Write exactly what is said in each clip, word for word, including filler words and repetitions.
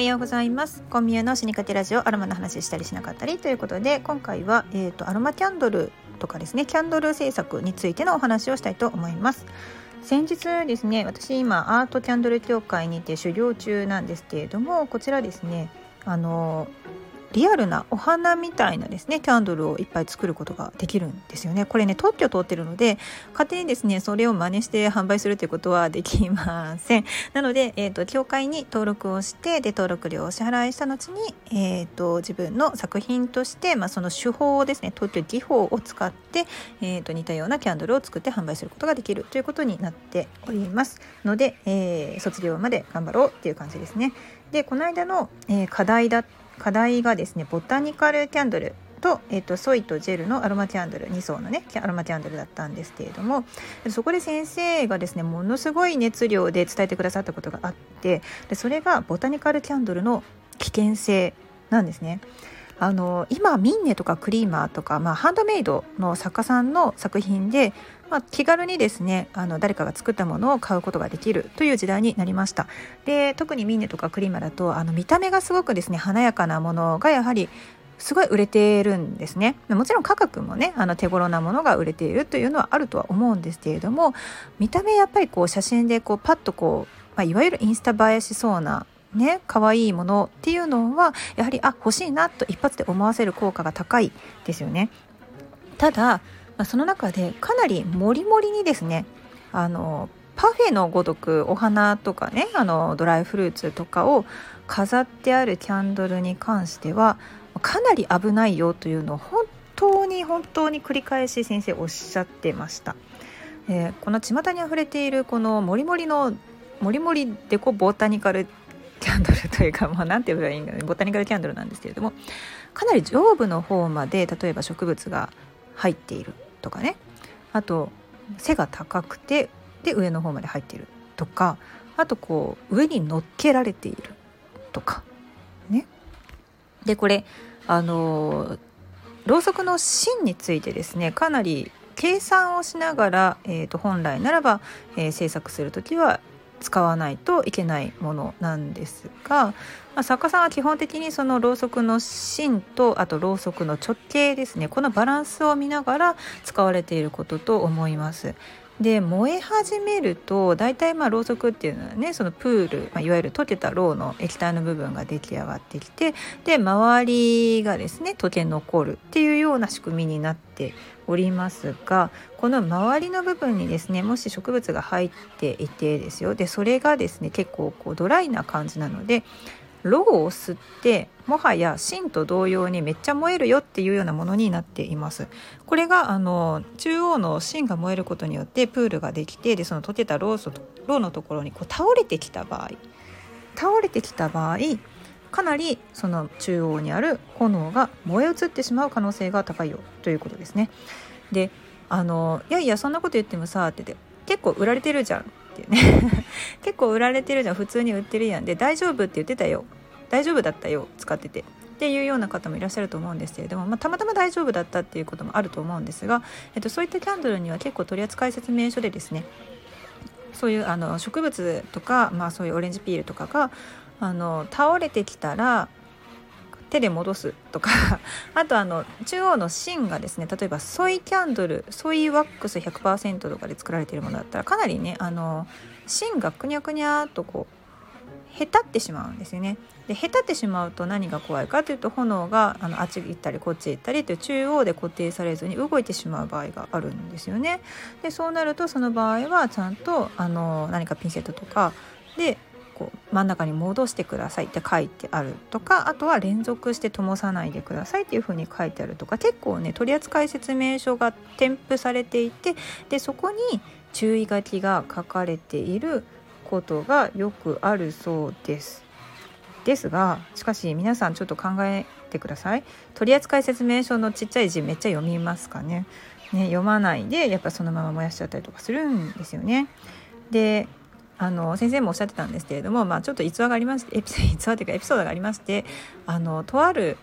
ようございます。コンミュの死にかけラジオ、アロマの話したりしなかったりということで、今回は、えーと、アロマキャンドルとかですね、キャンドル制作についてのお話をしたいと思います。先日ですね、私今アートキャンドル協会にて修行中なんですけれども、こちらですね、あのリアルなお花みたいなですねキャンドルをいっぱい作ることができるんですよね。これね、特許取ってるので勝手にですねそれを真似して販売するということはできません。なので、えーと、協会に登録をしてで登録料をお支払いした後に、えーと、自分の作品として、まあ、その手法をですね特許技法を使って、えーと、似たようなキャンドルを作って販売することができるということになっておりますので、えー、卒業まで頑張ろうっていう感じですね。でこの間の、えー、課題だ課題がですねボタニカルキャンドルと、えー、とソイとジェルのアロマキャンドルに層のねアロマキャンドルだったんですけれども、そこで先生がですねものすごい熱量で伝えてくださったことがあって、でそれがボタニカルキャンドルの危険性なんですね。あの今ミンネとかクリーマーとか、まあ、ハンドメイドの作家さんの作品で、まあ、気軽にですねあの誰かが作ったものを買うことができるという時代になりました。で特にミンネとかクリーマーだとあの見た目がすごくですね華やかなものがやはりすごい売れてるんですね。もちろん価格もねあの手頃なものが売れているというのはあるとは思うんですけれども、見た目やっぱりこう写真でこうパッとこう、まあ、いわゆるインスタ映えしそうなね、可愛いものっていうのはやはりあ欲しいなと一発で思わせる効果が高いですよね。ただ、まあ、その中でかなりモリモリにですねあのパフェのごとくお花とかねあのドライフルーツとかを飾ってあるキャンドルに関してはかなり危ないよというのを本当に本当に繰り返し先生おっしゃってました。えー、この巷にあふれているこのモリモリのモリモリデコボタニカルキャンドルというか、まあ、なんて言えばいいんだろうね、ボタニカルキャンドルなんですけれども、かなり上部の方まで例えば植物が入っているとかね、あと背が高くてで上の方まで入っているとか、あとこう上に乗っけられているとかね。でこれあのろうそくの芯についてですねかなり計算をしながら、えーと、本来ならば、えー、制作するときは使わないといけないものなんですが、まあ、作家さんは基本的にそのろうそくの芯とあとろうそくの直径ですね、このバランスを見ながら使われていることと思います。で燃え始めるとだいたいまあろうそくっていうのはねそのプール、まあ、いわゆる溶けたろうの液体の部分が出来上がってきて、で周りがですね溶け残るっていうような仕組みになっておりますが、この周りの部分にですねもし植物が入っていてですよ、でそれがですね結構こうドライな感じなのでろうを吸ってもはや芯と同様にめっちゃ燃えるよっていうようなものになっています。これがあの中央の芯が燃えることによってプールができて、でその溶けたろうそろうのところにこう倒れてきた場合倒れてきた場合かなりその中央にある炎が燃え移ってしまう可能性が高いよということですね。であのいやいやそんなこと言ってもさって結構売られてるじゃんっていうね結構売られてるじゃん、普通に売ってるやんで大丈夫って言ってたよ、大丈夫だったよ使っててっていうような方もいらっしゃると思うんですけれども、まあ、たまたま大丈夫だったっていうこともあると思うんですが、えっと、そういったキャンドルには結構取扱説明書でですねそういうあの植物とか、まあ、そういうオレンジピールとかがあの倒れてきたら手で戻すとかあとあの中央の芯がですね例えばソイキャンドルソイワックス ひゃくパーセント とかで作られているものだったらかなりねあの芯がくにゃくにゃっとこうへたってしまうんですよね。でへたってしまうと何が怖いかというと炎があのあっち行ったりこっち行ったりという中央で固定されずに動いてしまう場合があるんですよね。でそうなるとその場合はちゃんとあの何かピンセットとかでこう真ん中に戻してくださいって書いてあるとか、あとは連続して灯さないでくださいっていう風に書いてあるとか、結構ね取扱説明書が添付されていて、でそこに注意書きが書かれていることがよくあるそうですですが、しかし皆さんちょっと考えてください。取扱説明書のちっちゃい字めっちゃ読みますかね。ね、読まないでやっぱそのまま燃やしちゃったりとかするんですよね。であの先生もおっしゃってたんですけれども、まあ、ちょっと逸話がありましてエピ逸話というかエピソードがありまして、あのとある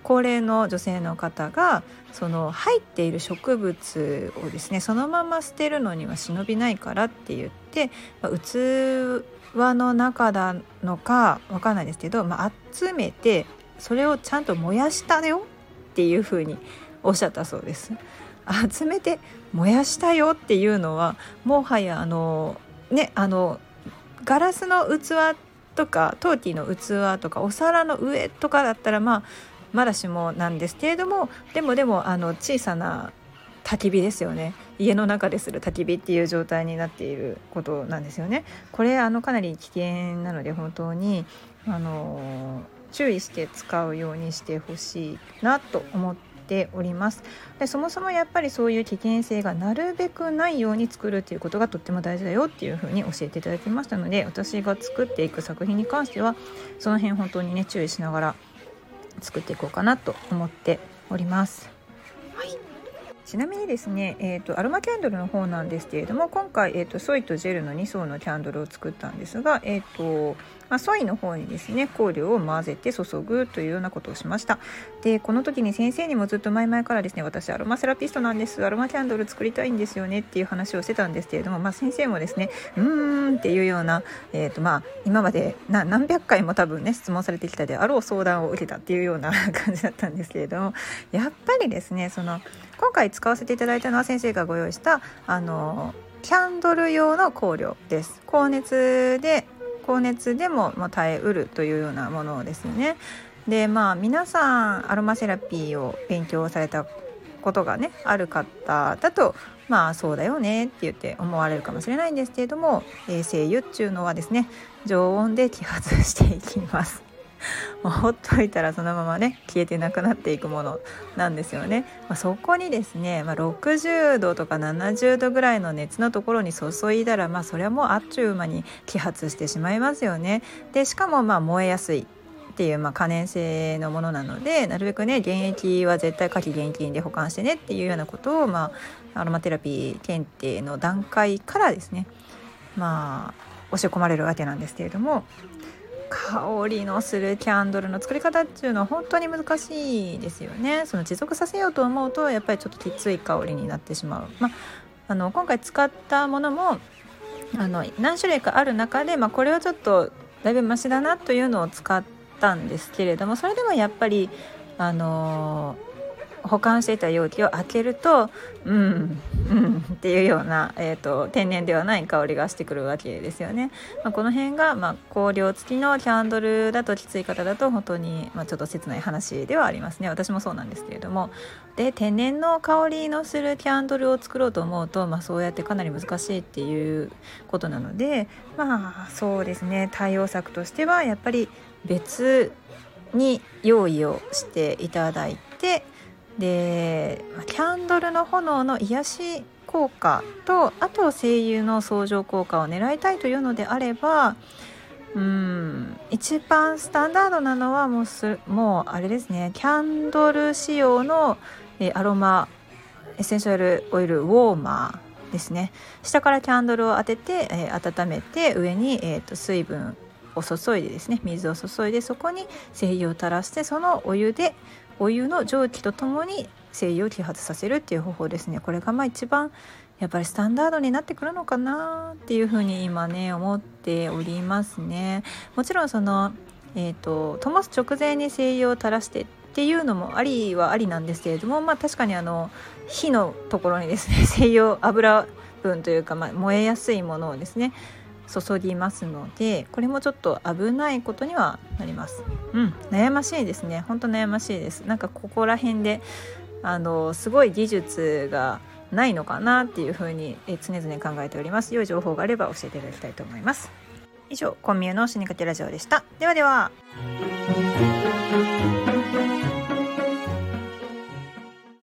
高齢の女性の方がその入っている植物をですねそのまま捨てるのには忍びないからって言って、まあ、器の中なのかわかんないですけど、まあ、集めてそれをちゃんと燃やしたよっていうふうにおっしゃったそうです。集めて燃やしたよっていうのはもはやあのねあのガラスの器とかトーティーの器とかお皿の上とかだったらまあまだしもなんですけれども、でもでもあの小さな焚き火ですよね。家の中でする焚き火っていう状態になっていることなんですよね。これあのかなり危険なので本当にあの注意して使うようにしてほしいなと思っております。でそもそもやっぱりそういう危険性がなるべくないように作るっていうことがとっても大事だよっていうふうに教えていただきましたので、私が作っていく作品に関してはその辺本当にね注意しながら作っていこうかなと思っております。はい、ちなみにですね、えーと、アロマキャンドルの方なんですけれども、今回、えーと、ソイとジェルのに層のキャンドルを作ったんですが、えーとまあ、ソイの方にですね香料を混ぜて注ぐというようなことをしました。でこの時に先生にもずっと前々からですね、私アロマセラピストなんです、アロマキャンドル作りたいんですよねっていう話をしてたんですけれども、まあ、先生もですねうーんっていうような、えーとまあ、今までな何百回も多分ね質問されてきたであろう相談を受けたっていうような感じだったんですけれども、やっぱりですねその今回使わせていただいたのは先生がご用意したあのキャンドル用の香料です。高熱で高熱でも耐えうるというようなものですよね。でまあ皆さんアロマセラピーを勉強されたことがねある方だとまあそうだよねって言って思われるかもしれないんですけれども、えー、精油っていうのはですね常温で揮発していきます。もうほっといたらそのままね消えてなくなっていくものなんですよね。まあ、そこにですね、まあ、ろくじゅうどとかななじゅうどぐらいの熱のところに注いだら、まあ、それはもうあっちゅう間に揮発してしまいますよね。でしかもまあ燃えやすいっていうまあ可燃性のものなので、なるべくね原液は絶対火気厳禁で保管してねっていうようなことを、まあ、アロマテラピー検定の段階からですねまあ教え込まれるわけなんですけれども、香りのするキャンドルの作り方っていうのは本当に難しいですよね。その持続させようと思うとやっぱりちょっときつい香りになってしまう、まあ、あの今回使ったものもあの何種類かある中で、まあ、これはちょっとだいぶマシだなというのを使ったんですけれども、それでもやっぱりあのー保管していた容器を開けるとうんうんっていうような、えーと、天然ではない香りがしてくるわけですよね。まあ、この辺が、まあ、香料付きのキャンドルだときつい方だと本当に、まあ、ちょっと切ない話ではありますね。私もそうなんですけれども、で天然の香りのするキャンドルを作ろうと思うと、まあ、そうやってかなり難しいっていうことなので、まあそうですね対応策としてはやっぱり別に用意をしていただいて、でキャンドルの炎の癒し効果とあと精油の相乗効果を狙いたいというのであれば、うーん一番スタンダードなのはもうすもうあれですね、キャンドル仕様の、えー、アロマエッセンシャルオイルウォーマーですね。下からキャンドルを当てて、えー、温めて上に、えー、と水分を注いでですね水を注いでそこに精油を垂らして、そのお湯でお湯の蒸気とともに精油を揮発させるっていう方法ですね。これがまあ一番やっぱりスタンダードになってくるのかなっていうふうに今ね思っておりますね。もちろんその、えーと、灯す直前に精油を垂らしてっていうのもありはありなんですけれども、まあ確かにあの火のところにですね精油油分というか、まあ、燃えやすいものをですね注ぎますので、これもちょっと危ないことにはなります。うん、悩ましいですね。本当悩ましいです。なんかここら辺であのすごい技術がないのかなっていうふうにえ常々考えております。良い情報があれば教えていただきたいと思います。以上、コンミュの死にかけラジオでした。ではでは。